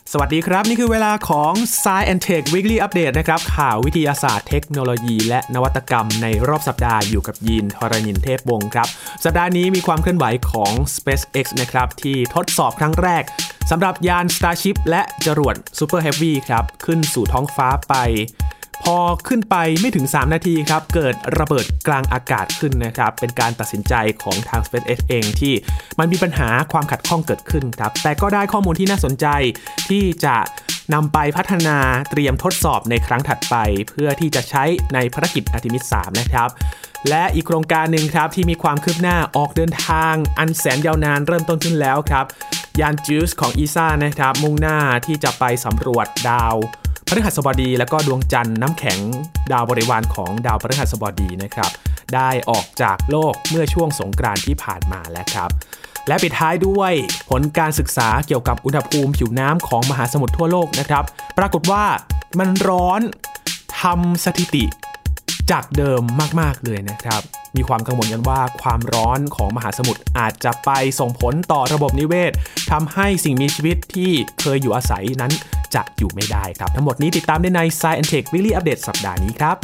สวัสดีครับนี่คือเวลาของ Science and Tech Weekly Update นะครับข่าววิทยาศาสตร์เทคโนโลยีและนวัตกรรมในรอบสัปดาห์อยู่กับยีนทรณินเทพวงศ์ครับสัปดาห์นี้มีความเคลื่อนไหวของ SpaceX นะครับที่ทดสอบครั้งแรกสำหรับยาน Starship และจรวด Super Heavy ครับขึ้นสู่ท้องฟ้าไปพอขึ้นไปไม่ถึง3นาทีครับเกิดระเบิดกลางอากาศขึ้นนะครับเป็นการตัดสินใจของทาง SpaceX เองที่มันมีปัญหาความขัดข้องเกิดขึ้นครับแต่ก็ได้ข้อมูลที่น่าสนใจที่จะนำไปพัฒนาเตรียมทดสอบในครั้งถัดไปเพื่อที่จะใช้ในภารกิจอาร์ทิมิส 3นะครับและอีกโครงการหนึ่งครับที่มีความคืบหน้าออกเดินทางอันแสนยาวนานเริ่มต้นขึ้นแล้วครับยาน JUICE ของ ESA นะครับมุ่งหน้าที่จะไปสำรวจดาวพฤหัสบดีและก็ดวงจันทร์น้ำแข็งดาวบริวารของดาวพฤหัสบดีนะครับได้ออกจากโลกเมื่อช่วงสงกรานต์ที่ผ่านมาแล้วครับและปิดท้ายด้วยผลการศึกษาเกี่ยวกับอุณหภูมิผิวน้ำของมหาสมุทรทั่วโลกนะครับปรากฏว่ามันร้อนทำสถิติจากเดิมมากๆเลยนะครับมีความกังวลกันว่าความร้อนของมหาสมุทรอาจจะไปส่งผลต่อระบบนิเวศทำให้สิ่งมีชีวิตที่เคยอยู่อาศัยนั้นจะอยู่ไม่ได้ครับทั้งหมดนี้ติดตามได้ใน Science and Tech Weekly Update สัปดาห์นี้ครับ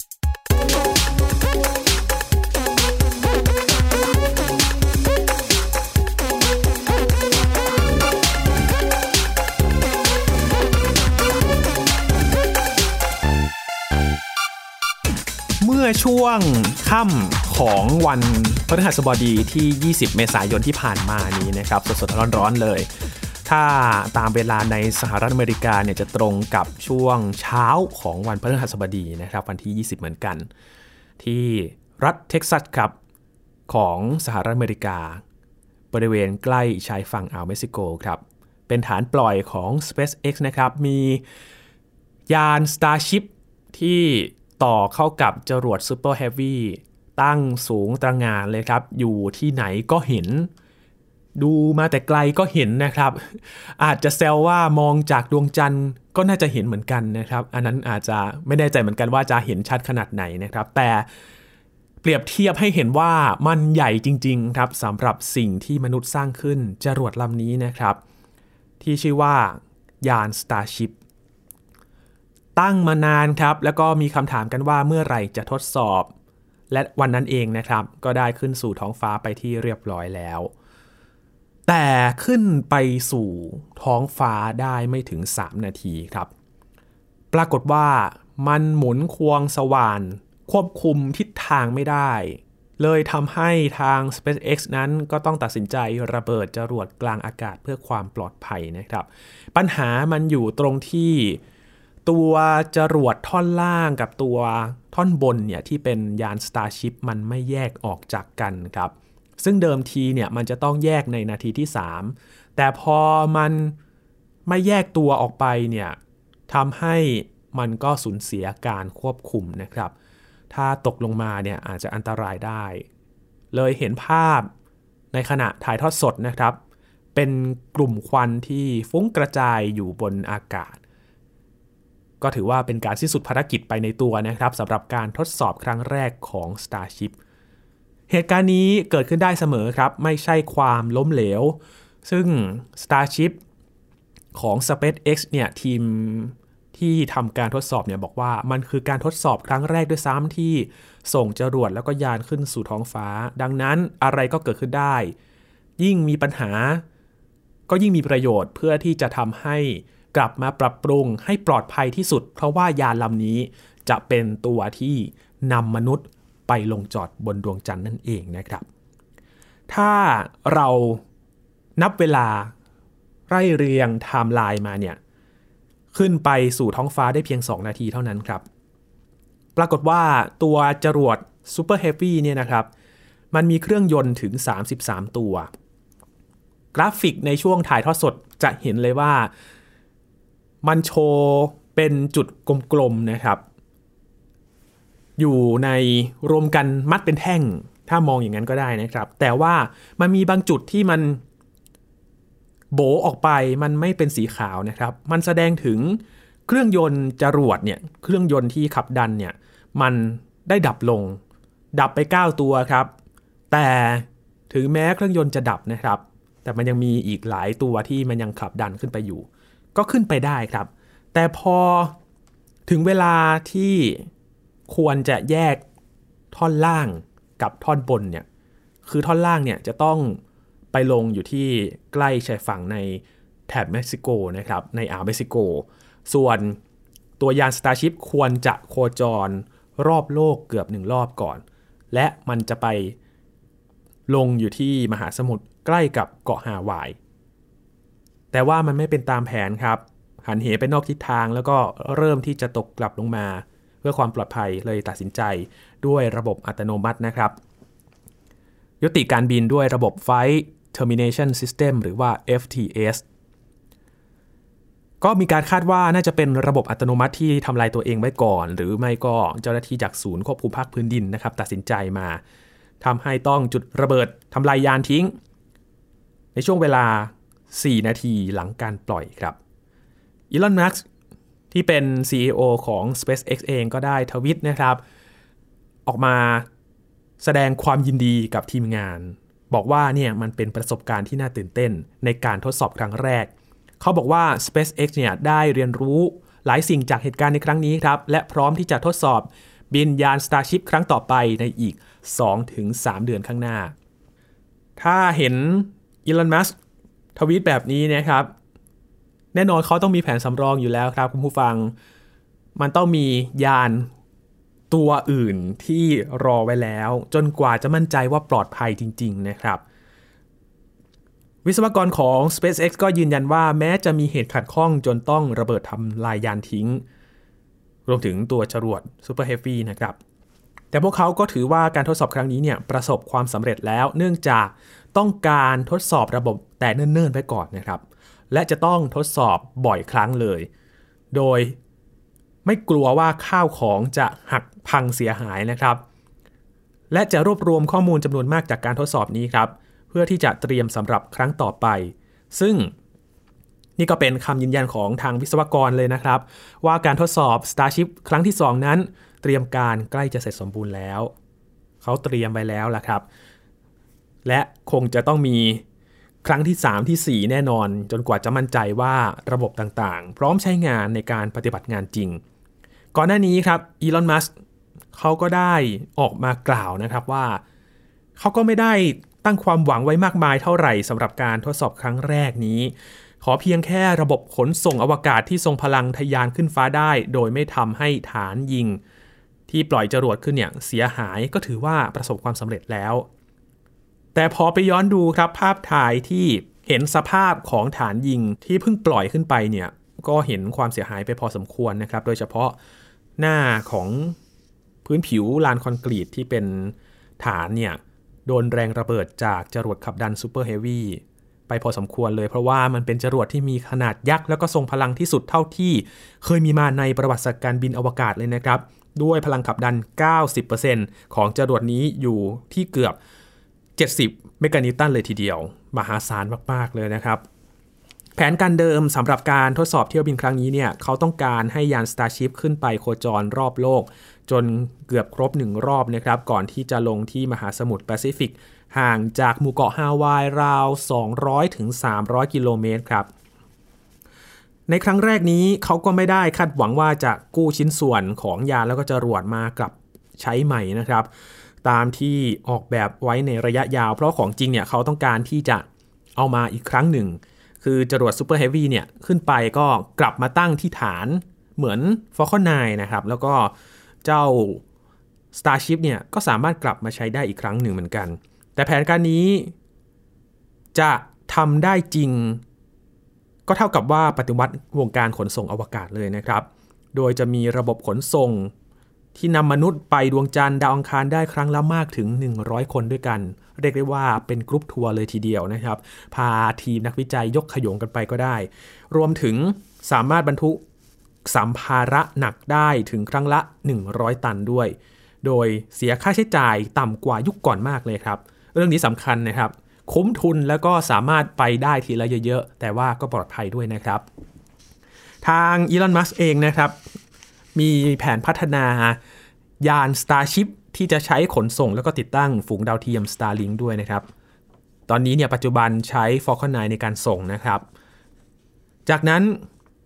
เมื่อช่วงค่ำของวันพฤหัสบดีที่20เมษายนที่ผ่านมานี้นะครับสดๆร้อนๆเลยถ้าตามเวลาในสหรัฐอเมริกาเนี่ยจะตรงกับช่วงเช้าของวันพฤหัสบดีนะครับวันที่20เหมือนกันที่รัฐเท็กซัสครับของสหรัฐอเมริกาบริเวณใกล้ชายฝั่งอ่าวเม็กซิโกครับเป็นฐานปล่อยของ SpaceX นะครับมียาน Starship ที่ต่อเข้ากับจรวด Super Heavy ตั้งสูงตระหง่านเลยครับอยู่ที่ไหนก็เห็นดูมาแต่ไกลก็เห็นนะครับอาจจะแซวว่ามองจากดวงจันทร์ก็น่าจะเห็นเหมือนกันนะครับอันนั้นอาจจะไม่แน่ใจเหมือนกันว่าจะเห็นชัดขนาดไหนนะครับแต่เปรียบเทียบให้เห็นว่ามันใหญ่จริงๆครับสำหรับสิ่งที่มนุษย์สร้างขึ้นจรวดลำนี้นะครับที่ชื่อว่ายาน Starshipตั้งมานานครับแล้วก็มีคำถามกันว่าเมื่อไหร่จะทดสอบและวันนั้นเองนะครับก็ได้ขึ้นสู่ท้องฟ้าไปที่เรียบร้อยแล้วแต่ขึ้นไปสู่ท้องฟ้าได้ไม่ถึง3นาทีครับปรากฏว่ามันหมุนควงสว่านควบคุมทิศทางไม่ได้เลยทำให้ทาง SpaceX นั้นก็ต้องตัดสินใจระเบิดจรวดกลางอากาศเพื่อความปลอดภัยนะครับปัญหามันอยู่ตรงที่ตัวจรวดท่อนล่างกับตัวท่อนบนเนี่ยที่เป็นยาน Starship มันไม่แยกออกจากกันครับซึ่งเดิมทีเนี่ยมันจะต้องแยกในนาทีที่3แต่พอมันไม่แยกตัวออกไปเนี่ยทำให้มันก็สูญเสียการควบคุมนะครับถ้าตกลงมาเนี่ยอาจจะอันตรายได้เลยเห็นภาพในขณะถ่ายทอดสดนะครับเป็นกลุ่มควันที่ฟุ้งกระจายอยู่บนอากาศก็ถือว่าเป็นการสิ้นสุดภารกิจไปในตัวนะครับสำหรับการทดสอบครั้งแรกของ Starship เหตุการณ์นี้เกิดขึ้นได้เสมอครับไม่ใช่ความล้มเหลวซึ่ง Starship ของ SpaceX เนี่ยทีมที่ทำการทดสอบเนี่ยบอกว่ามันคือการทดสอบครั้งแรกด้วยซ้ำที่ส่งจรวดแล้วก็ยานขึ้นสู่ท้องฟ้าดังนั้นอะไรก็เกิดขึ้นได้ยิ่งมีปัญหาก็ยิ่งมีประโยชน์เพื่อที่จะทำให้กลับมาปรับปรุงให้ปลอดภัยที่สุดเพราะว่ายานลำนี้จะเป็นตัวที่นำมนุษย์ไปลงจอดบนดวงจันทร์นั่นเองนะครับถ้าเรานับเวลาไล่เรียงไทม์ไลน์มาเนี่ยขึ้นไปสู่ท้องฟ้าได้เพียง2นาทีเท่านั้นครับปรากฏว่าตัวจรวด Super Heavy เนี่ยนะครับมันมีเครื่องยนต์ถึง33ตัวกราฟิกในช่วงถ่ายทอดสดจะเห็นเลยว่ามันโชว์เป็นจุดกลมๆนะครับอยู่ในรวมกันมัดเป็นแท่งถ้ามองอย่างนั้นก็ได้นะครับแต่ว่ามันมีบางจุดที่มันโบ๋ออกไปมันไม่เป็นสีขาวนะครับมันแสดงถึงเครื่องยนต์จรวดเนี่ยเครื่องยนต์ที่ขับดันเนี่ยมันได้ดับลงดับไป9ตัวครับแต่ถึงแม้เครื่องยนต์จะดับนะครับแต่มันยังมีอีกหลายตัวที่มันยังขับดันขึ้นไปอยู่ก็ขึ้นไปได้ครับแต่พอถึงเวลาที่ควรจะแยกท่อนล่างกับท่อนบนเนี่ยคือท่อนล่างเนี่ยจะต้องไปลงอยู่ที่ใกล้ชายฝั่งในแถบเม็กซิโกนะครับในอ่าวเม็กซิโกส่วนตัวยาน Starship ควรจะโคจรรอบโลกเกือบ1รอบก่อนและมันจะไปลงอยู่ที่มหาสมุทรใกล้กับเกาะฮาวายแต่ว่ามันไม่เป็นตามแผนครับหันเหไปนอกทิศทางแล้วก็เริ่มที่จะตกกลับลงมาเพื่อความปลอดภัยเลยตัดสินใจด้วยระบบอัตโนมัตินะครับยุติการบินด้วยระบบ Flight Termination System หรือว่า FTS ก็มีการคาดว่าน่าจะเป็นระบบอัตโนมัติที่ทำลายตัวเองไว้ก่อนหรือไม่ก็เจ้าหน้าที่จากศูนย์ควบคุมภาคพื้นดินนะครับตัดสินใจมาทำให้ต้องจุดระเบิดทำลายยานทิ้งในช่วงเวลา4 นาทีหลังการปล่อยครับอีลอน มัสก์ที่เป็น CEO ของ SpaceX เองก็ได้ทวิตนะครับออกมาแสดงความยินดีกับทีมงานบอกว่าเนี่ยมันเป็นประสบการณ์ที่น่าตื่นเต้นในการทดสอบครั้งแรกเขาบอกว่า SpaceX เนี่ยได้เรียนรู้หลายสิ่งจากเหตุการณ์ในครั้งนี้ครับและพร้อมที่จะทดสอบบินยาน Starship ครั้งต่อไปในอีก 2-3 เดือนข้างหน้าถ้าเห็นอีลอน มัสก์ทวีตแบบนี้นะครับแน่นอนเขาต้องมีแผนสำรองอยู่แล้วครับคุณผู้ฟังมันต้องมียานตัวอื่นที่รอไว้แล้วจนกว่าจะมั่นใจว่าปลอดภัยจริงๆนะครับวิศวกรของ SpaceX ก็ยืนยันว่าแม้จะมีเหตุขัดข้องจนต้องระเบิดทำลายยานทิ้งรวมถึงตัวจรวด Super Heavy นะครับแต่พวกเขาก็ถือว่าการทดสอบครั้งนี้เนี่ยประสบความสำเร็จแล้วเนื่องจากต้องการทดสอบระบบแต่เนิ่นๆไว้ก่อนนะครับและจะต้องทดสอบบ่อยครั้งเลยโดยไม่กลัวว่าข้าวของจะหักพังเสียหายนะครับและจะรวบรวมข้อมูลจำนวนมากจากการทดสอบนี้ครับเพื่อที่จะเตรียมสำหรับครั้งต่อไปซึ่งนี่ก็เป็นคำยืนยันของทางวิศวกรเลยนะครับว่าการทดสอบ Starship ครั้งที่ 2 นั้นเตรียมการใกล้จะเสร็จสมบูรณ์แล้วเขาเตรียมไว้แล้วล่ะครับและคงจะต้องมีครั้งที่3ที่4แน่นอนจนกว่าจะมั่นใจว่าระบบต่างๆพร้อมใช้งานในการปฏิบัติงานจริงก่อนหน้านี้ครับอีลอน มัสก์เขาก็ได้ออกมากล่าวนะครับว่าเขาก็ไม่ได้ตั้งความหวังไว้มากมายเท่าไหร่สำหรับการทดสอบครั้งแรกนี้ขอเพียงแค่ระบบขนส่งอวกาศที่ทรงพลังทะยานขึ้นฟ้าได้โดยไม่ทำให้ฐานยิงที่ปล่อยจรวดขึ้นเนี่ยเสียหายก็ถือว่าประสบความสำเร็จแล้วแต่พอไปย้อนดูครับภาพถ่ายที่เห็นสภาพของฐานยิงที่เพิ่งปล่อยขึ้นไปเนี่ยก็เห็นความเสียหายไปพอสมควรนะครับโดยเฉพาะหน้าของพื้นผิวลานคอนกรีตที่เป็นฐานเนี่ยโดนแรงระเบิดจากจรวดขับดัน Super Heavy ไปพอสมควรเลยเพราะว่ามันเป็นจรวดที่มีขนาดยักษ์แล้วก็ทรงพลังที่สุดเท่าที่เคยมีมาในประวัติศาสตร์การบินอวกาศเลยนะครับด้วยพลังขับดัน 90% ของจรวดนี้อยู่ที่เกือบ70 เมกะนิวตันเลยทีเดียวมหาศาลมากๆเลยนะครับแผนการเดิมสำหรับการทดสอบเที่ยวบินครั้งนี้เนี่ยเขาต้องการให้ยาน Starship ขึ้นไปโคจรรอบโลกจนเกือบครบ1รอบนะครับก่อนที่จะลงที่มหาสมุทรแปซิฟิกห่างจากหมู่เกาะฮาวายราว 200-300 กิโลเมตรครับในครั้งแรกนี้เขาก็ไม่ได้คาดหวังว่าจะกู้ชิ้นส่วนของยานแล้วก็จรวดมากลับใช้ใหม่นะครับตามที่ออกแบบไว้ในระยะยาวเพราะของจริงเนี่ยเขาต้องการที่จะเอามาอีกครั้งหนึ่งคือจรวด Super Heavy เนี่ยขึ้นไปก็กลับมาตั้งที่ฐานเหมือน Falcon 9 นะครับแล้วก็เจ้า Starship เนี่ยก็สามารถกลับมาใช้ได้อีกครั้งหนึ่งเหมือนกันแต่แผนการนี้จะทำได้จริงก็เท่ากับว่าปฏิวัติวงการขนส่งอวกาศเลยนะครับโดยจะมีระบบขนส่งที่นำมนุษย์ไปดวงจันทร์ดาวอังคารได้ครั้งละมากถึง100คนด้วยกันเรียกได้ว่าเป็นกรุ๊ปทัวร์เลยทีเดียวนะครับพาทีมนักวิจัยยกขยงกันไปก็ได้รวมถึงสามารถบรรทุกสัมภาระหนักได้ถึงครั้งละ100ตันด้วยโดยเสียค่าใช้จ่ายต่ำกว่ายุคก่อนมากเลยครับเรื่องนี้สำคัญนะครับคุ้มทุนแล้วก็สามารถไปได้ทีละเยอะๆแต่ว่าก็ปลอดภัยด้วยนะครับทางอีลอน มัสก์เองนะครับมีแผนพัฒนายาน Starship ที่จะใช้ขนส่งแล้วก็ติดตั้งฝูงดาวเทียม Starlink ด้วยนะครับตอนนี้เนี่ยปัจจุบันใช้ Falcon 9 ในการส่งนะครับจากนั้น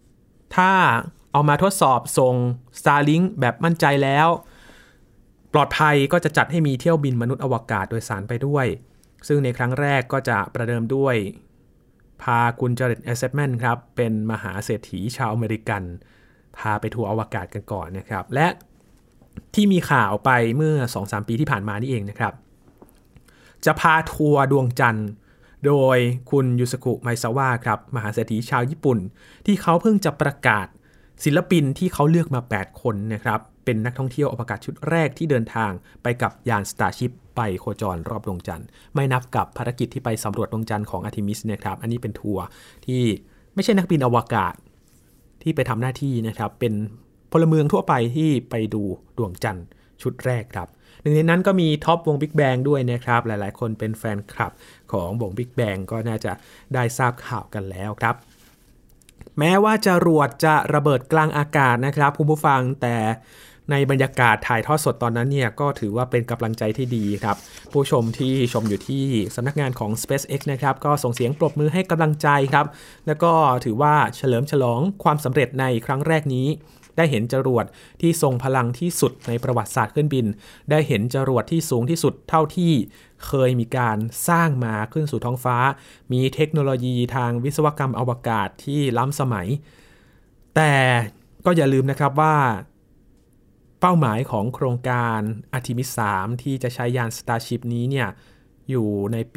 ถ้าเอามาทดสอบส่ง Starlink แบบมั่นใจแล้วปลอดภัยก็จะจัดให้มีเที่ยวบินมนุษย์อวกาศโดยสารไปด้วยซึ่งในครั้งแรกก็จะประเดิมด้วยพาคุณจาเร็ด แอสเซทแมนครับเป็นมหาเศรษฐีชาวอเมริกันพาไปทัวร์อวกาศกันก่อนนะครับและที่มีข่าวไปเมื่อ 2-3 ปีที่ผ่านมานี่เองนะครับจะพาทัวร์ดวงจันทร์โดยคุณยูสกุไมซาวะครับมหาเศรษฐีชาวญี่ปุ่นที่เขาเพิ่งจะประกาศศิลปินที่เขาเลือกมา8คนนะครับเป็นนักท่องเที่ยวอวกาศชุดแรกที่เดินทางไปกับยาน Starship ไปโคจรรอบดวงจันทร์ไม่นับกับภารกิจที่ไปสำรวจดวงจันทร์ของ Artemis นะครับอันนี้เป็นทัวร์ที่ไม่ใช่นักบินอวกาศที่ไปทำหน้าที่นะครับเป็นพลเมืองทั่วไปที่ไปดูดวงจันทร์ชุดแรกครับหนึ่งในนั้นก็มีท็อปวง Big Bang ด้วยนะครับหลายๆคนเป็นแฟนคลับของวง Big Bang ก็น่าจะได้ทราบข่าวกันแล้วครับแม้ว่าจรวดจะระเบิดกลางอากาศนะครับคุณผู้ฟังแต่ในบรรยากาศถ่ายทอดสดตอนนั้นเนี่ยก็ถือว่าเป็นกำลังใจที่ดีครับผู้ชมที่ชมอยู่ที่สำนักงานของ SpaceX นะครับก็ส่งเสียงปรบมือให้กำลังใจครับแล้วก็ถือว่าเฉลิมฉลองความสำเร็จในครั้งแรกนี้ได้เห็นจรวดที่ทรงพลังที่สุดในประวัติศาสตร์เครื่องบินได้เห็นจรวดที่สูงที่สุดเท่าที่เคยมีการสร้างมาขึ้นสู่ท้องฟ้ามีเทคโนโลยีทางวิศวกรรมอวกาศที่ล้ำสมัยแต่ก็อย่าลืมนะครับว่าเป้าหมายของโครงการ Artemis 3 ที่จะใช้ยาน Starship นี้เนี่ยอยู่ในปี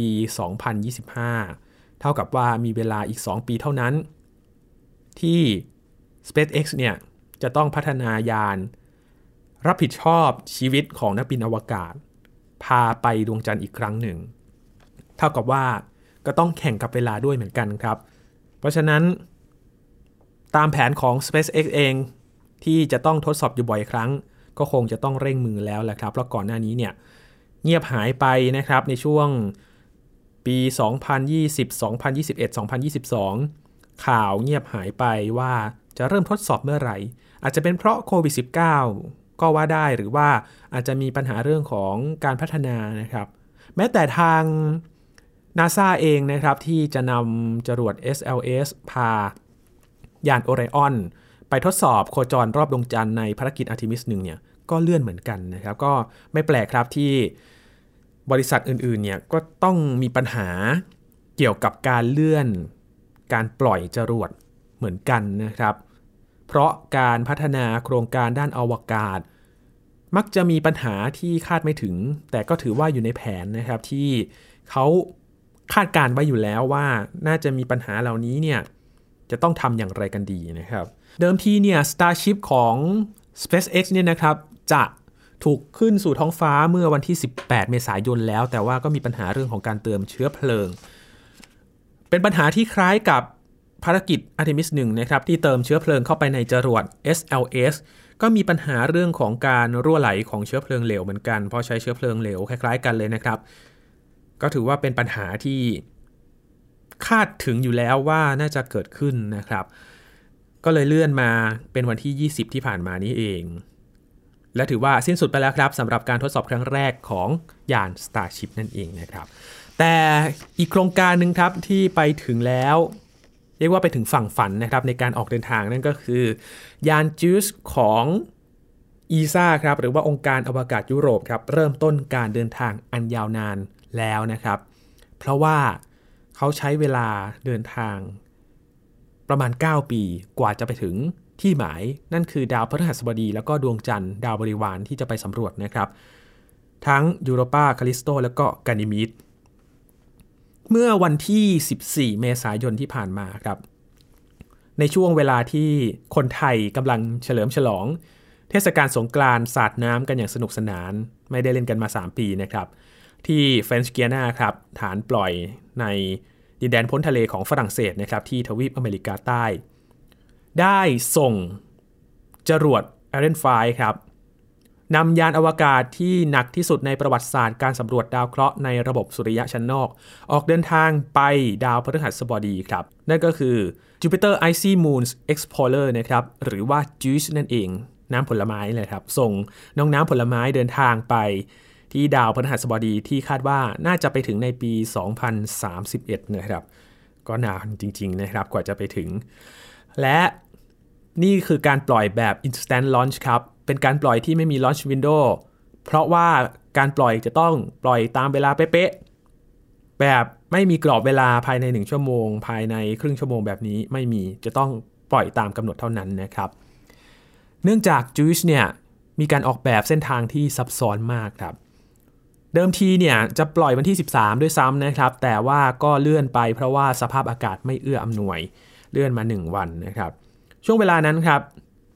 2025 เท่ากับว่ามีเวลาอีก 2 ปีเท่านั้นที่ SpaceX เนี่ยจะต้องพัฒนายานรับผิดชอบชีวิตของนักบินอวกาศพาไปดวงจันทร์อีกครั้งหนึ่งเท่ากับว่าก็ต้องแข่งกับเวลาด้วยเหมือนกันครับเพราะฉะนั้นตามแผนของ SpaceX เองที่จะต้องทดสอบอยู่บ่อยครั้งก็คงจะต้องเร่งมือแล้วแหละครับเพราะก่อนหน้านี้เนี่ยเงียบหายไปนะครับในช่วงปี 2020 2021 2022 ข่าวเงียบหายไปว่าจะเริ่มทดสอบเมื่อไหร่อาจจะเป็นเพราะโควิด -19 ก็ว่าได้หรือว่าอาจจะมีปัญหาเรื่องของการพัฒนานะครับแม้แต่ทาง NASA เองนะครับที่จะนำจรวด SLS พายาน Orion ไปทดสอบโคจรรอบดวงจันทร์ในภารกิจ Artemis 1เนี่ยก็เลื่อนเหมือนกันนะครับก็ไม่แปลกครับที่บริษัทอื่นๆเนี่ยก็ต้องมีปัญหาเกี่ยวกับการเลื่อนการปล่อยจรวดเหมือนกันนะครับเพราะการพัฒนาโครงการด้านอวกาศมักจะมีปัญหาที่คาดไม่ถึงแต่ก็ถือว่าอยู่ในแผนนะครับที่เขาคาดการไว้อยู่แล้วว่าน่าจะมีปัญหาเหล่านี้เนี่ยจะต้องทำอย่างไรกันดีนะครับเดิมทีเนี่ย Starship ของ SpaceX เนี่ยนะครับจะถูกขึ้นสู่ท้องฟ้าเมื่อวันที่18เมษายนแล้วแต่ว่าก็มีปัญหาเรื่องของการเติมเชื้อเพลิงเป็นปัญหาที่คล้ายกับภารกิจ Artemis 1 นะครับที่เติมเชื้อเพลิงเข้าไปในจรวด SLS ก็มีปัญหาเรื่องของการรั่วไหลของเชื้อเพลิงเหลวเหมือนกันเพราะใช้เชื้อเพลิงเหลวคล้ายๆกันเลยนะครับก็ถือว่าเป็นปัญหาที่คาดถึงอยู่แล้วว่าน่าจะเกิดขึ้นนะครับก็เลยเลื่อนมาเป็นวันที่20ที่ผ่านมานี้เองและถือว่าสิ้นสุดไปแล้วครับสำหรับการทดสอบครั้งแรกของยาน Starship นั่นเองนะครับแต่อีกโครงการนึงครับที่ไปถึงแล้วเรียกว่าไปถึงฝั่งฝันนะครับในการออกเดินทางนั่นก็คือยาน JUICE ของ ESA ครับหรือว่าองค์การอวกาศยุโรปครับเริ่มต้นการเดินทางอันยาวนานแล้วนะครับเพราะว่าเขาใช้เวลาเดินทางประมาณ9ปีกว่าจะไปถึงที่หมายนั่นคือดาวพฤหัสบดีแล้วก็ดวงจันทร์ดาวบริวารที่จะไปสำรวจนะครับทั้งยูโรปาคาลิสโตแล้วก็กานิมีดเมื่อวันที่14เมษายนที่ผ่านมาครับในช่วงเวลาที่คนไทยกำลังเฉลิมฉลองเทศกาลสงกรานต์สาดน้ำกันอย่างสนุกสนานไม่ได้เล่นกันมา3ปีนะครับที่เฟรนช์กิอานาครับฐานปล่อยในดินแดนพ้นทะเลของฝรั่งเศสนะครับที่ทวีปอเมริกาใต้ได้ส่งจรวด Ariane 5 ครับนำยานอวกาศที่หนักที่สุดในประวัติศาสตร์การสำรวจดาวเคราะห์ในระบบสุริยะชั้นนอกออกเดินทางไปดาวพฤหัสบดีครับนั่นก็คือ Jupiter Icy Moons Explorer นะครับหรือว่า JUICE นั่นเองน้ำผลไม้เลยครับส่งน้องน้ำผลไม้เดินทางไปที่ดาวพฤหัสบดีที่คาดว่าน่าจะไปถึงในปี 2031 นะครับก็นานจริงๆนะครับกว่าจะไปถึงและนี่คือการปล่อยแบบ instant launch ครับเป็นการปล่อยที่ไม่มี launch window เพราะว่าการปล่อยจะต้องปล่อยตามเวลาเป๊ะๆแบบไม่มีกรอบเวลาภายใน1ชั่วโมงภายในครึ่งชั่วโมงแบบนี้ไม่มีจะต้องปล่อยตามกำหนดเท่านั้นนะครับเนื่องจาก Juice เนี่ยมีการออกแบบเส้นทางที่ซับซ้อนมากครับเดิมทีเนี่ยจะปล่อยวันที่13ด้วยซ้ำนะครับแต่ว่าก็เลื่อนไปเพราะว่าสภาพอากาศไม่เอื้ออำนวยเลื่อนมา1วันนะครับช่วงเวลานั้นครับ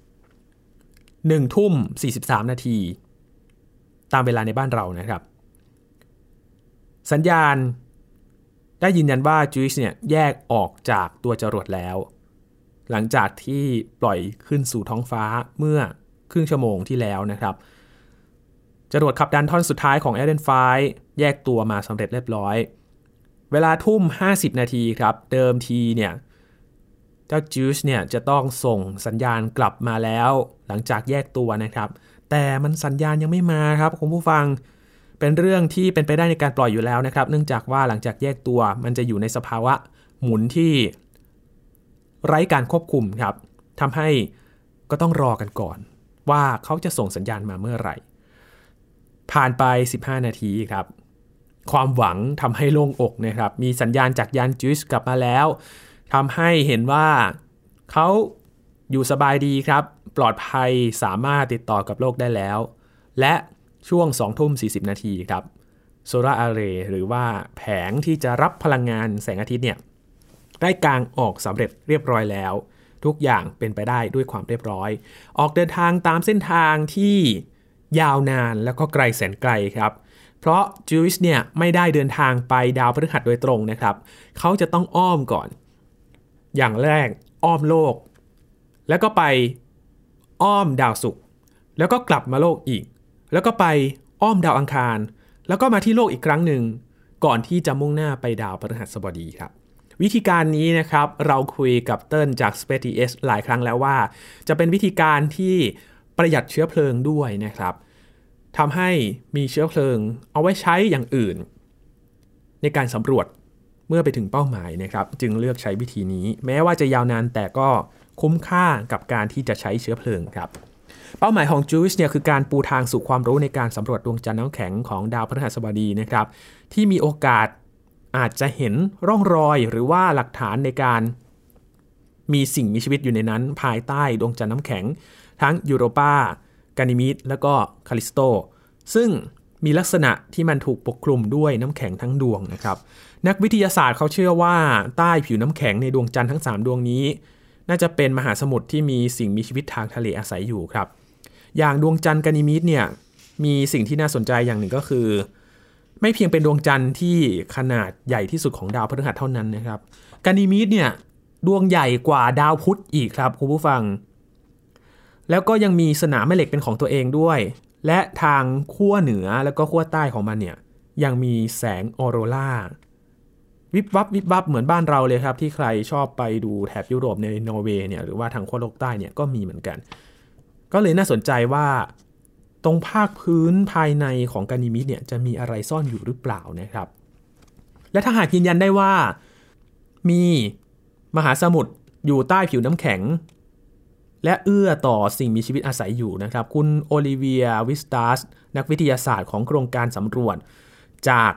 1:43 นาทีตามเวลาในบ้านเรานะครับสัญญาณได้ยืนยันว่า Juice เนี่ยแยกออกจากตัวจรวดแล้วหลังจากที่ปล่อยขึ้นสู่ท้องฟ้าเมื่อครึ่งชั่วโมงที่แล้วนะครับจรวดขับดันท่อนสุดท้ายของ Ariane 5 แยกตัวมาสำเร็จเรียบร้อยเวลา1:50 นาทีครับเดิมทีเนี่ยเจ้า Juice เนี่ยจะต้องส่งสัญญาณกลับมาแล้วหลังจากแยกตัวนะครับแต่มันสัญญาณยังไม่มาครับคุณผู้ฟังเป็นเรื่องที่เป็นไปได้ในการปล่อยอยู่แล้วนะครับเนื่องจากว่าหลังจากแยกตัวมันจะอยู่ในสภาวะหมุนที่ไร้การควบคุมครับทำให้ก็ต้องรอกันก่อนว่าเขาจะส่งสัญญาณมาเมื่อไหร่ผ่านไป15นาทีครับความหวังทำให้โล่งอกนะครับมีสัญญาณจากยาน Juice กลับมาแล้วทำให้เห็นว่าเขาอยู่สบายดีครับปลอดภัยสามารถติดต่อกับโลกได้แล้วและช่วง 20:40 นาทีครับโซลาร์อาร์เรย์หรือว่าแผงที่จะรับพลังงานแสงอาทิตย์เนี่ยได้กางออกสำเร็จเรียบร้อยแล้วทุกอย่างเป็นไปได้ด้วยความเรียบร้อยออกเดินทางตามเส้นทางที่ยาวนานแล้วก็ไกลแสนไกลครับเพราะ Juice เนี่ยไม่ได้เดินทางไปดาวพฤหัสโดยตรงนะครับเขาจะต้องอ้อมก่อนอย่างแรกอ้อมโลกแล้วก็ไปอ้อมดาวศุกร์แล้วก็กลับมาโลกอีกแล้วก็ไปอ้อมดาวอังคารแล้วก็มาที่โลกอีกครั้งหนึ่งก่อนที่จะมุ่งหน้าไปดาวพฤหัสบดีครับวิธีการนี้นะครับเราคุยกับเติ้ลจาก SpaceX หลายครั้งแล้วว่าจะเป็นวิธีการที่ประหยัดเชื้อเพลิงด้วยนะครับทำให้มีเชื้อเพลิงเอาไว้ใช้อย่างอื่นในการสำรวจเมื่อไปถึงเป้าหมายนะครับจึงเลือกใช้วิธีนี้แม้ว่าจะยาวนานแต่ก็คุ้มค่ากับการที่จะใช้เชื้อเพลิงครับเป้าหมายของ Juice เนี่ยคือการปูทางสู่ความรู้ในการสำรวจดวงจันทร์น้ำแข็งของดาวพฤหัสบดีนะครับที่มีโอกาสอาจจะเห็นร่องรอยหรือว่าหลักฐานในการมีสิ่งมีชีวิตอยู่ในนั้นภายใต้ดวงจันทร์น้ำแข็งทั้งยูโรปากานิมีดและก็คาลิสโตซึ่งมีลักษณะที่มันถูกปกคลุมด้วยน้ำแข็งทั้งดวงนะครับนักวิทยาศาสตร์เขาเชื่อว่าใต้ผิวน้ำแข็งในดวงจันทร์ทั้ง3ดวงนี้น่าจะเป็นมหาสมุทรที่มีสิ่งมีชีวิตทางทะเลอาศัยอยู่ครับอย่างดวงจันทร์กานิมีดเนี่ยมีสิ่งที่น่าสนใจอย่างหนึ่งก็คือไม่เพียงเป็นดวงจันทร์ที่ขนาดใหญ่ที่สุดของดาวพฤหัสเท่านั้นนะครับกานิมีดเนี่ยดวงใหญ่กว่าดาวพุธอีกครับคุณผู้ฟังแล้วก็ยังมีสนามแม่เหล็กเป็นของตัวเองด้วยและทางขั้วเหนือแล้วก็ขั้วใต้ของมันเนี่ยยังมีแสงออโรราวิบวับวิบวับเหมือนบ้านเราเลยครับที่ใครชอบไปดูแถบยุโรปในนอร์เวย์เนี่ยหรือว่าทางขั้วโลกใต้เนี่ยก็มีเหมือนกันก็เลยน่าสนใจว่าตรงภาคพื้นภายในของกานิมีดเนี่ยจะมีอะไรซ่อนอยู่หรือเปล่านะครับและถ้าหากยืนยันได้ว่ามีมหาสมุทรอยู่ใต้ผิวน้ำแข็งและเอื้อต่อสิ่งมีชีวิตอาศัยอยู่นะครับคุณโอลิเวียวิสตาสนักวิทยาศาสตร์ของโครงการสำรวจจาก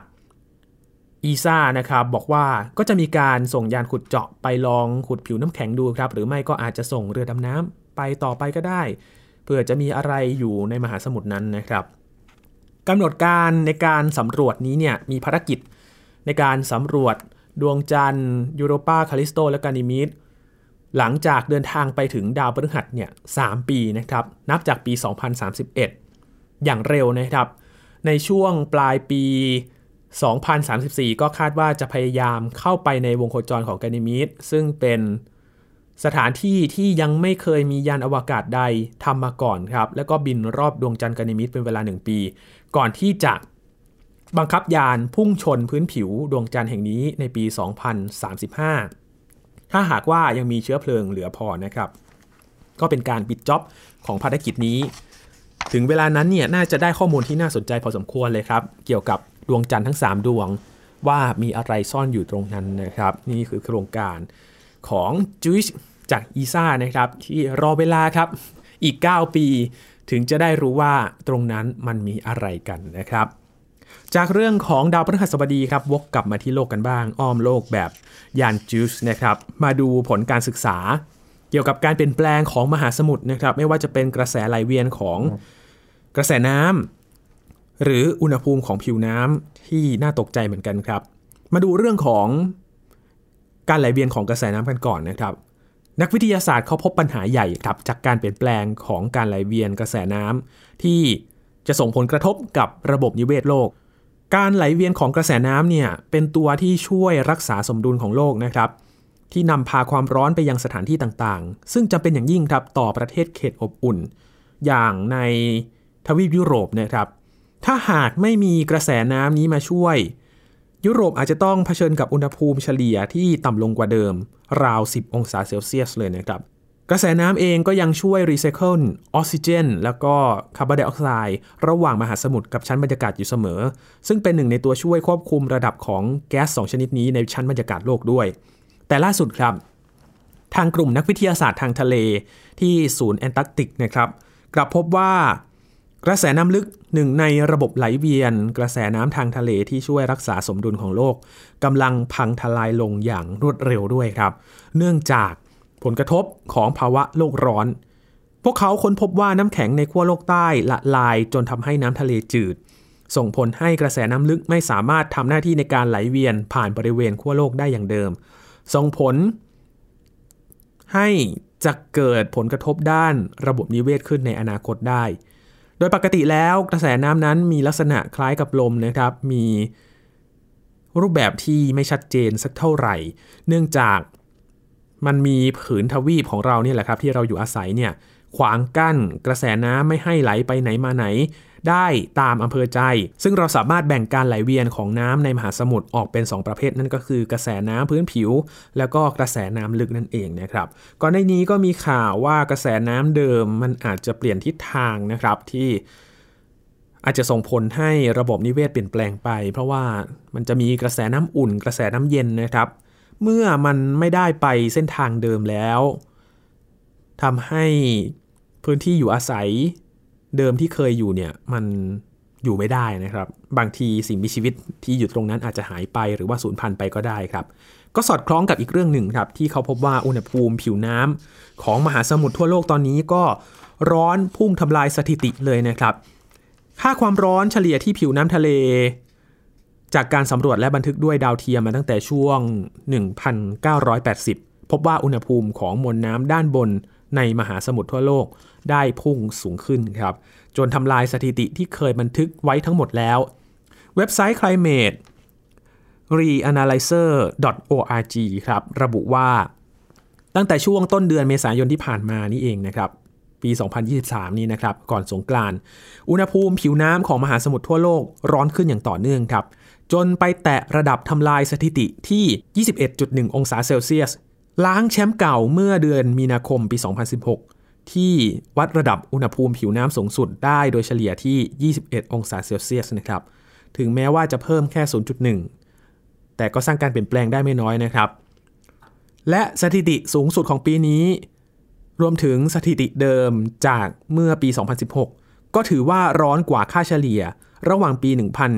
ESA นะครับบอกว่าก็จะมีการส่งยานขุดเจาะไปลองขุดผิวน้ำแข็งดูครับหรือไม่ก็อาจจะส่งเรือดำน้ำไปต่อไปก็ได้เพื่อจะมีอะไรอยู่ในมหาสมุทรนั้นนะครับกำหนดการในการสำรวจนี้เนี่ยมีภารกิจในการสำรวจดวงจันทร์ยูโรปาคาลิสโตและกานิมีดหลังจากเดินทางไปถึงดาวพฤหัสเนี่ย3ปีนะครับนับจากปี2031อย่างเร็วนะครับในช่วงปลายปี2034ก็คาดว่าจะพยายามเข้าไปในวงโคจรของกานิมีดซึ่งเป็นสถานที่ที่ยังไม่เคยมียานอวกาศใดทำมาก่อนครับแล้วก็บินรอบดวงจันทร์กานิมีดเป็นเวลา1ปีก่อนที่จะบังคับยานพุ่งชนพื้นผิวดวงจันทร์แห่งนี้ในปี2035ถ้าหากว่ายังมีเชื้อเพลิงเหลือพอนะครับก็เป็นการปิดจ็อบของภารกิจนี้ถึงเวลานั้นเนี่ยน่าจะได้ข้อมูลที่น่าสนใจพอสมควรเลยครับเกี่ยวกับดวงจันทร์ทั้ง3ดวงว่ามีอะไรซ่อนอยู่ตรงนั้นนะครับนี่คือโครงการของ Juice จากอีซ่านะครับที่รอเวลาครับอีก9ปีถึงจะได้รู้ว่าตรงนั้นมันมีอะไรกันนะครับจากเรื่องของดาวพฤหัสบดีครับวกกลับมาที่โลกกันบ้างอ้อมโลกแบบยานจูสนะครับมาดูผลการศึกษาเกี่ยวกับการเปลี่ยนแปลงของมหาสมุทรนะครับไม่ว่าจะเป็นกระแสไหลเวียนของกระแสน้ำหรืออุณหภูมิของผิวน้ำที่น่าตกใจเหมือนกันครับมาดูเรื่องของการไหลเวียนของกระแสน้ำกันก่อนนะครับนักวิทยาศาสตร์เขาพบปัญหาใหญ่ครับจากการเปลี่ยนแปลงของการไหลเวียนกระแสน้ำที่จะส่งผลกระทบกับระบบนิเวศโลกการไหลเวียนของกระแสน้ำเนี่ยเป็นตัวที่ช่วยรักษาสมดุลของโลกนะครับที่นำพาความร้อนไปยังสถานที่ต่างๆซึ่งจำเป็นอย่างยิ่งครับต่อประเทศเขตอบอุ่นอย่างในทวีปยุโรปนะครับถ้าหากไม่มีกระแสน้ำนี้มาช่วยยุโรปอาจจะต้องเผชิญกับอุณหภูมิเฉลี่ยที่ต่ำลงกว่าเดิมราว10องศาเซลเซียสเลยนะครับกระแสน้ำเองก็ยังช่วยรีไซเคิลออกซิเจนแล้วก็คาร์บอนไดออกไซด์ระหว่างมหาสมุทรกับชั้นบรรยากาศอยู่เสมอซึ่งเป็นหนึ่งในตัวช่วยควบคุมระดับของแก๊ส2ชนิดนี้ในชั้นบรรยากาศโลกด้วยแต่ล่าสุดครับทางกลุ่มนักวิทยาศาสตร์ทางทะเลที่ศูนย์แอนตาร์กติกนะครับกลับพบว่ากระแสน้ำลึกหนึ่งในระบบไหลเวียนกระแสน้ำทางทะเลที่ช่วยรักษาสมดุลของโลกกำลังพังทลายลงอย่างรวดเร็วด้วยครับเนื่องจากผลกระทบของภาวะโลกร้อนพวกเขาค้นพบว่าน้ำแข็งในขั้วโลกใต้ละลายจนทำให้น้ำทะเลจืดส่งผลให้กระแสน้ำลึกไม่สามารถทำหน้าที่ในการไหลเวียนผ่านบริเวณขั้วโลกได้อย่างเดิมส่งผลให้จะเกิดผลกระทบด้านระบบนิเวศขึ้นในอนาคตได้โดยปกติแล้วกระแสน้ำนั้นมีลักษณะคล้ายกับลมนะครับมีรูปแบบที่ไม่ชัดเจนสักเท่าไหร่เนื่องจากมันมีผืนทวีปของเราเนี่ยแหละครับที่เราอยู่อาศัยเนี่ยขวางกั้นกระแสน้ำไม่ให้ไหลไปไหนมาไหนได้ตามอำเภอใจซึ่งเราสามารถแบ่งการไหลเวียนของน้ำในมหาสมุทรออกเป็น2ประเภทนั่นก็คือกระแสน้ำพื้นผิวแล้วก็กระแสน้ำลึกนั่นเองนะครับก่อนหน้านี้ก็มีข่าวว่ากระแสน้ำเดิมมันอาจจะเปลี่ยนทิศทางนะครับที่อาจจะส่งผลให้ระบบนิเวศเปลี่ยนแปลงไปเพราะว่ามันจะมีกระแสน้ำอุ่นกระแสน้ำเย็นนะครับเมื่อมันไม่ได้ไปเส้นทางเดิมแล้วทำให้พื้นที่อยู่อาศัยเดิมที่เคยอยู่เนี่ยมันอยู่ไม่ได้นะครับบางทีสิ่งมีชีวิตที่อยู่ตรงนั้นอาจจะหายไปหรือว่าสูญพันธุ์ไปก็ได้ครับก็สอดคล้องกับอีกเรื่องหนึ่งครับที่เขาพบว่าอุณหภูมิผิวน้ำของมหาสมุทรทั่วโลกตอนนี้ก็ร้อนพุ่งทำลายสถิติเลยนะครับค่าความร้อนเฉลี่ยที่ผิวน้ำทะเลจากการสำรวจและบันทึกด้วยดาวเทียมมาตั้งแต่ช่วง 1980 พบว่าอุณหภูมิของมวลน้ำด้านบนในมหาสมุทรทั่วโลกได้พุ่งสูงขึ้นครับจนทำลายสถิติที่เคยบันทึกไว้ทั้งหมดแล้วเว็บไซต์ Climate Reanalyzer.org ครับระบุว่าตั้งแต่ช่วงต้นเดือนเมษายนที่ผ่านมานี่เองนะครับปี 2023 นี้นะครับก่อนสงกรานต์อุณหภูมิผิวน้ำของมหาสมุทรทั่วโลกร้อนขึ้นอย่างต่อเนื่องครับจนไปแตะระดับทำลายสถิติที่ 21.1 องศาเซลเซียสล้างแชมป์เก่าเมื่อเดือนมีนาคมปี 2016 ที่วัดระดับอุณหภูมิผิวน้ำสูงสุดได้โดยเฉลี่ยที่ 21 องศาเซลเซียสนะครับถึงแม้ว่าจะเพิ่มแค่ 0.1 แต่ก็สร้างการเปลี่ยนแปลงได้ไม่น้อยนะครับและสถิติสูงสุดของปีนี้รวมถึงสถิติเดิมจากเมื่อปี 2016 ก็ถือว่าร้อนกว่าค่าเฉลี่ยระหว่างปี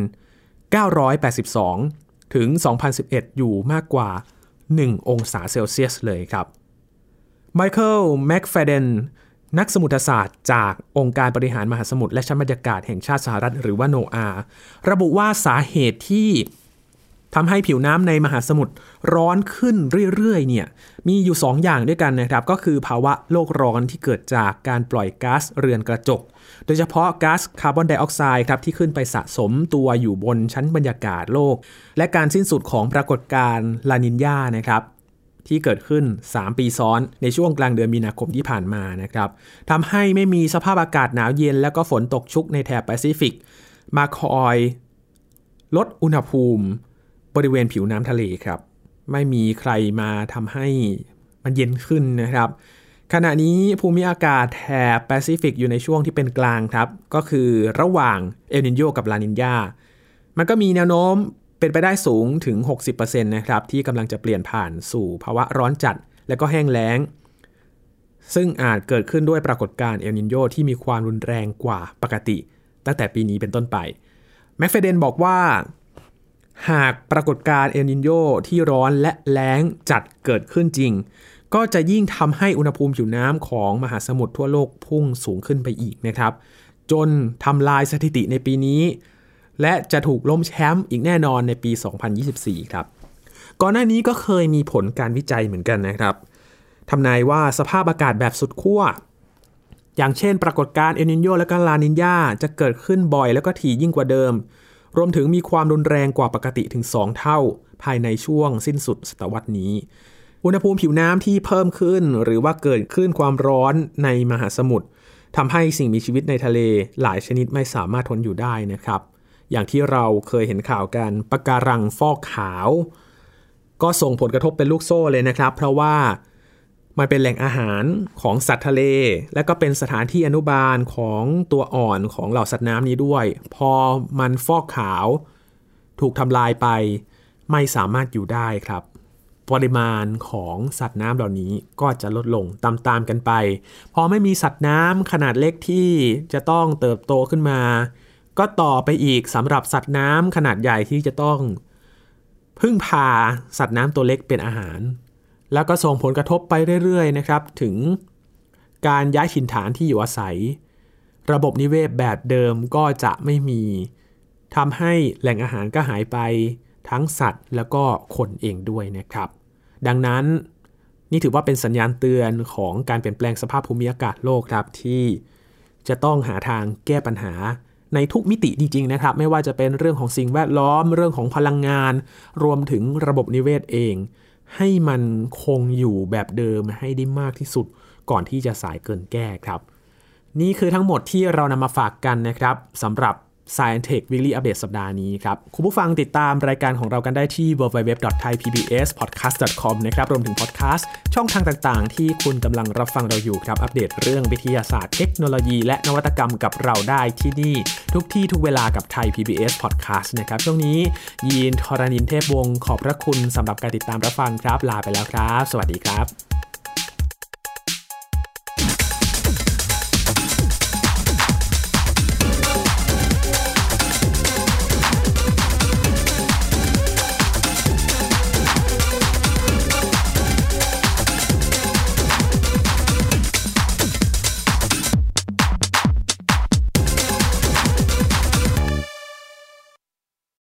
1982 ถึง 2011 อยู่มากกว่า 1 องศาเซลเซียสเลยครับไมเคิลแมคฟาเดนนักสมุทรศาสตร์จากองค์การบริหารมหาสมุทรและชั้นบรรยากาศแห่งชาติสหรัฐหรือว่า NOAA ระบุว่าสาเหตุที่ทำให้ผิวน้ำในมหาสมุทรร้อนขึ้นเรื่อยๆเนี่ยมีอยู่2 อย่างด้วยกันนะครับก็คือภาวะโลกร้อนที่เกิดจากการปล่อยก๊าซเรือนกระจกโดยเฉพาะก๊าซคาร์บอนไดออกไซด์ครับที่ขึ้นไปสะสมตัวอยู่บนชั้นบรรยากาศโลกและการสิ้นสุดของปรากฏการณ์ลานิญญานะครับที่เกิดขึ้น3 ปีซ้อนในช่วงกลางเดือนมีนาคมที่ผ่านมานะครับทำให้ไม่มีสภาพอากาศหนาวเย็นแล้วก็ฝนตกชุกในแถบแปซิฟิกมาคอยลดอุณหภูมิบริเวณผิวน้ำทะเลครับไม่มีใครมาทำให้มันเย็นขึ้นนะครับขณะนี้ภูมิอากาศแถบแปซิฟิกอยู่ในช่วงที่เป็นกลางครับก็คือระหว่างเอลนิโญกับลานิญญามันก็มีแนวโน้มเป็นไปได้สูงถึง 60% นะครับที่กำลังจะเปลี่ยนผ่านสู่ภาวะร้อนจัดและก็แห้งแล้งซึ่งอาจเกิดขึ้นด้วยปรากฏการณ์เอลนิโญที่มีความรุนแรงกว่าปกติตั้งแต่ปีนี้เป็นต้นไปแมคเฟเดนบอกว่าหากปรากฏการณ์เอลนิโญที่ร้อนและแล้งจัดเกิดขึ้นจริงก็จะยิ่งทำให้อุณหภูมิผิวน้ำของมหาสมุทรทั่วโลกพุ่งสูงขึ้นไปอีกนะครับจนทำลายสถิติในปีนี้และจะถูกล้มแชมป์อีกแน่นอนในปี 2024 ครับก่อนหน้านี้ก็เคยมีผลการวิจัยเหมือนกันนะครับทำนายว่าสภาพอากาศแบบสุดขั้วอย่างเช่นปรากฏการณ์เอลนิโญและก็ลานิญาจะเกิดขึ้นบ่อยแล้วก็ถี่ยิ่งกว่าเดิมรวมถึงมีความรุนแรงกว่าปกติถึง2เท่าภายในช่วงสิ้นสุดศตวรรษนี้อุณหภูมิผิวน้ำที่เพิ่มขึ้นหรือว่าเกิดคลื่นความร้อนในมหาสมุทรทำให้สิ่งมีชีวิตในทะเลหลายชนิดไม่สามารถทนอยู่ได้นะครับอย่างที่เราเคยเห็นข่าวกันปะการังฟอกขาวก็ส่งผลกระทบเป็นลูกโซ่เลยนะครับเพราะว่ามันเป็นแหล่งอาหารของสัตว์ทะเลและก็เป็นสถานที่อนุบาลของตัวอ่อนของเหล่าสัตว์น้ำนี้ด้วยพอมันฟอกขาวถูกทำลายไปไม่สามารถอยู่ได้ครับปริมาณของสัตว์น้ำเหล่านี้ก็จะลดลงตามๆกันไปพอไม่มีสัตว์น้ำขนาดเล็กที่จะต้องเติบโตขึ้นมาก็ต่อไปอีกสำหรับสัตว์น้ำขนาดใหญ่ที่จะต้องพึ่งพาสัตว์น้ำตัวเล็กเป็นอาหารแล้วก็ส่งผลกระทบไปเรื่อยๆนะครับถึงการย้ายถิ่นฐานที่อยู่อาศัยระบบนิเวศแบบเดิมก็จะไม่มีทำให้แหล่งอาหารก็หายไปทั้งสัตว์แล้วก็คนเองด้วยนะครับดังนั้นนี่ถือว่าเป็นสัญญาณเตือนของการเปลี่ยนแปลงสภาพภูมิอากาศโลกครับที่จะต้องหาทางแก้ปัญหาในทุกมิติจริงๆนะครับไม่ว่าจะเป็นเรื่องของสิ่งแวดล้อมเรื่องของพลังงานรวมถึงระบบนิเวศเองให้มันคงอยู่แบบเดิมให้ได้มากที่สุดก่อนที่จะสายเกินแก้ครับนี่คือทั้งหมดที่เรานำมาฝากกันนะครับสำหรับ Science Tech Weekly Update สัปดาห์นี้ครับคุณผู้ฟังติดตามรายการของเรากันได้ที่ www.thaipbspodcast.com นะครับรวมถึงพอดแคสต์ช่องทางต่างๆที่คุณกำลังรับฟังเราอยู่ครับอัปเดตเรื่องวิทยาศาสตร์เทคโนโลยีและนวัตกรรมกับเราได้ที่นี่ทุกที่ทุกเวลากับ Thai PBS Podcast นะครับช่วงนี้ยีนทรณินเทพวงศ์ขอบพระคุณสำหรับการติดตามรับฟังครับลาไปแล้วครับสวัสดีครับ